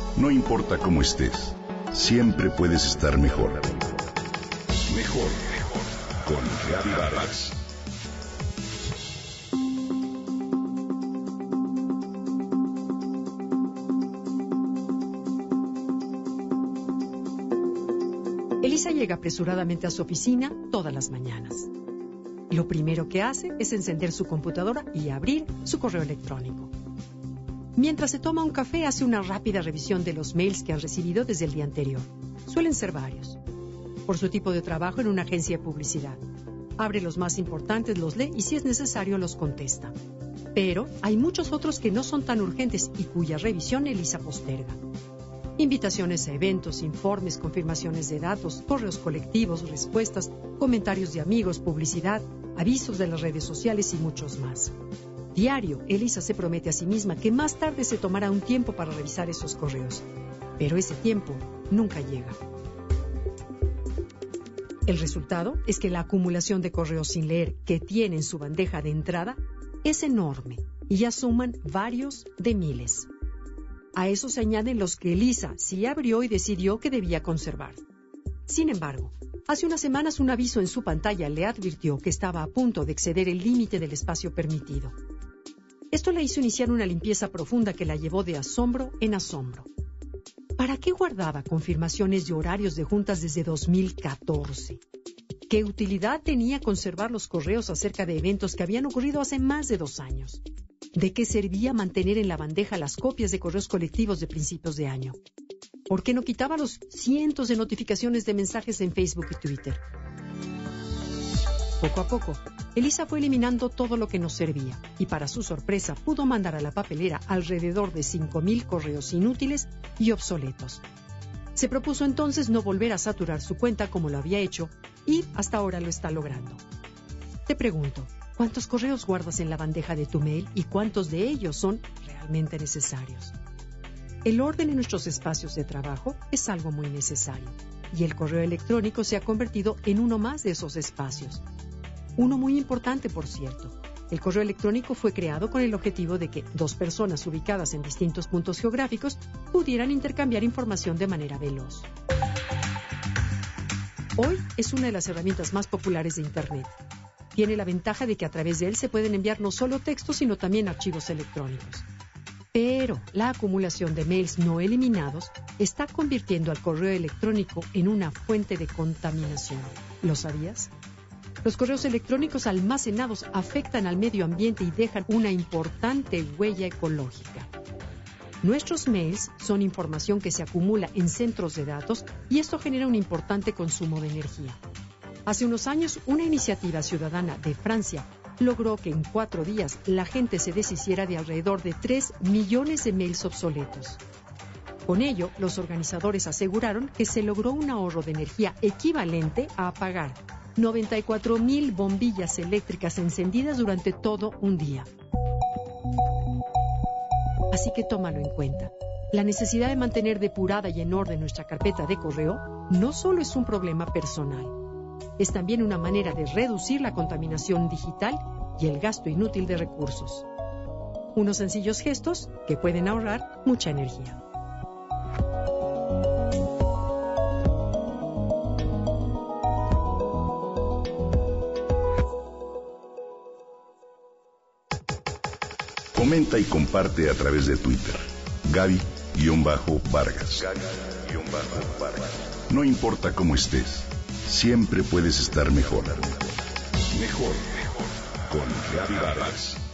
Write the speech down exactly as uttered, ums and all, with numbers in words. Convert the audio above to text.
No importa cómo estés, siempre puedes estar mejor. Mejor, mejor. Con Gaby Vargas. Elisa llega apresuradamente a su oficina todas las mañanas. Lo primero que hace es encender su computadora y abrir su correo electrónico. Mientras se toma un café, hace una rápida revisión de los mails que han recibido desde el día anterior. Suelen ser varios. Por su tipo de trabajo en una agencia de publicidad. Abre los más importantes, los lee y si es necesario los contesta. Pero hay muchos otros que no son tan urgentes y cuya revisión Elisa posterga. Invitaciones a eventos, informes, confirmaciones de datos, correos colectivos, respuestas, comentarios de amigos, publicidad, avisos de las redes sociales y muchos más. Diario, Elisa se promete a sí misma que más tarde se tomará un tiempo para revisar esos correos. Pero ese tiempo nunca llega. El resultado es que la acumulación de correos sin leer que tiene en su bandeja de entrada es enorme y ya suman varios de miles. A eso se añaden los que Elisa sí abrió y decidió que debía conservar. Sin embargo, hace unas semanas un aviso en su pantalla le advirtió que estaba a punto de exceder el límite del espacio permitido. Esto le hizo iniciar una limpieza profunda que la llevó de asombro en asombro. ¿Para qué guardaba confirmaciones de horarios de juntas desde dos mil catorce? ¿Qué utilidad tenía conservar los correos acerca de eventos que habían ocurrido hace más de dos años? ¿De qué servía mantener en la bandeja las copias de correos colectivos de principios de año? ¿Por qué no quitaba los cientos de notificaciones de mensajes en Facebook y Twitter? Poco a poco, Elisa fue eliminando todo lo que no servía y para su sorpresa pudo mandar a la papelera alrededor de cinco mil correos inútiles y obsoletos. Se propuso entonces no volver a saturar su cuenta como lo había hecho y hasta ahora lo está logrando. Te pregunto, ¿cuántos correos guardas en la bandeja de tu mail y cuántos de ellos son realmente necesarios? El orden en nuestros espacios de trabajo es algo muy necesario y el correo electrónico se ha convertido en uno más de esos espacios. Uno muy importante, por cierto. El correo electrónico fue creado con el objetivo de que dos personas ubicadas en distintos puntos geográficos pudieran intercambiar información de manera veloz. Hoy es una de las herramientas más populares de Internet. Tiene la ventaja de que a través de él se pueden enviar no solo textos, sino también archivos electrónicos. Pero la acumulación de mails no eliminados está convirtiendo al correo electrónico en una fuente de contaminación. ¿Lo sabías? Los correos electrónicos almacenados afectan al medio ambiente y dejan una importante huella ecológica. Nuestros mails son información que se acumula en centros de datos y esto genera un importante consumo de energía. Hace unos años, una iniciativa ciudadana de Francia logró que en cuatro días la gente se deshiciera de alrededor de tres millones de mails obsoletos. Con ello, los organizadores aseguraron que se logró un ahorro de energía equivalente a apagar noventa y cuatro mil bombillas eléctricas encendidas durante todo un día. Así que tómalo en cuenta. La necesidad de mantener depurada y en orden nuestra carpeta de correo no solo es un problema personal, es también una manera de reducir la contaminación digital y el gasto inútil de recursos. Unos sencillos gestos que pueden ahorrar mucha energía. Comenta y comparte a través de Twitter. Gaby-Vargas. No importa cómo estés, siempre puedes estar mejor. Mejor, mejor. Con Gaby Vargas.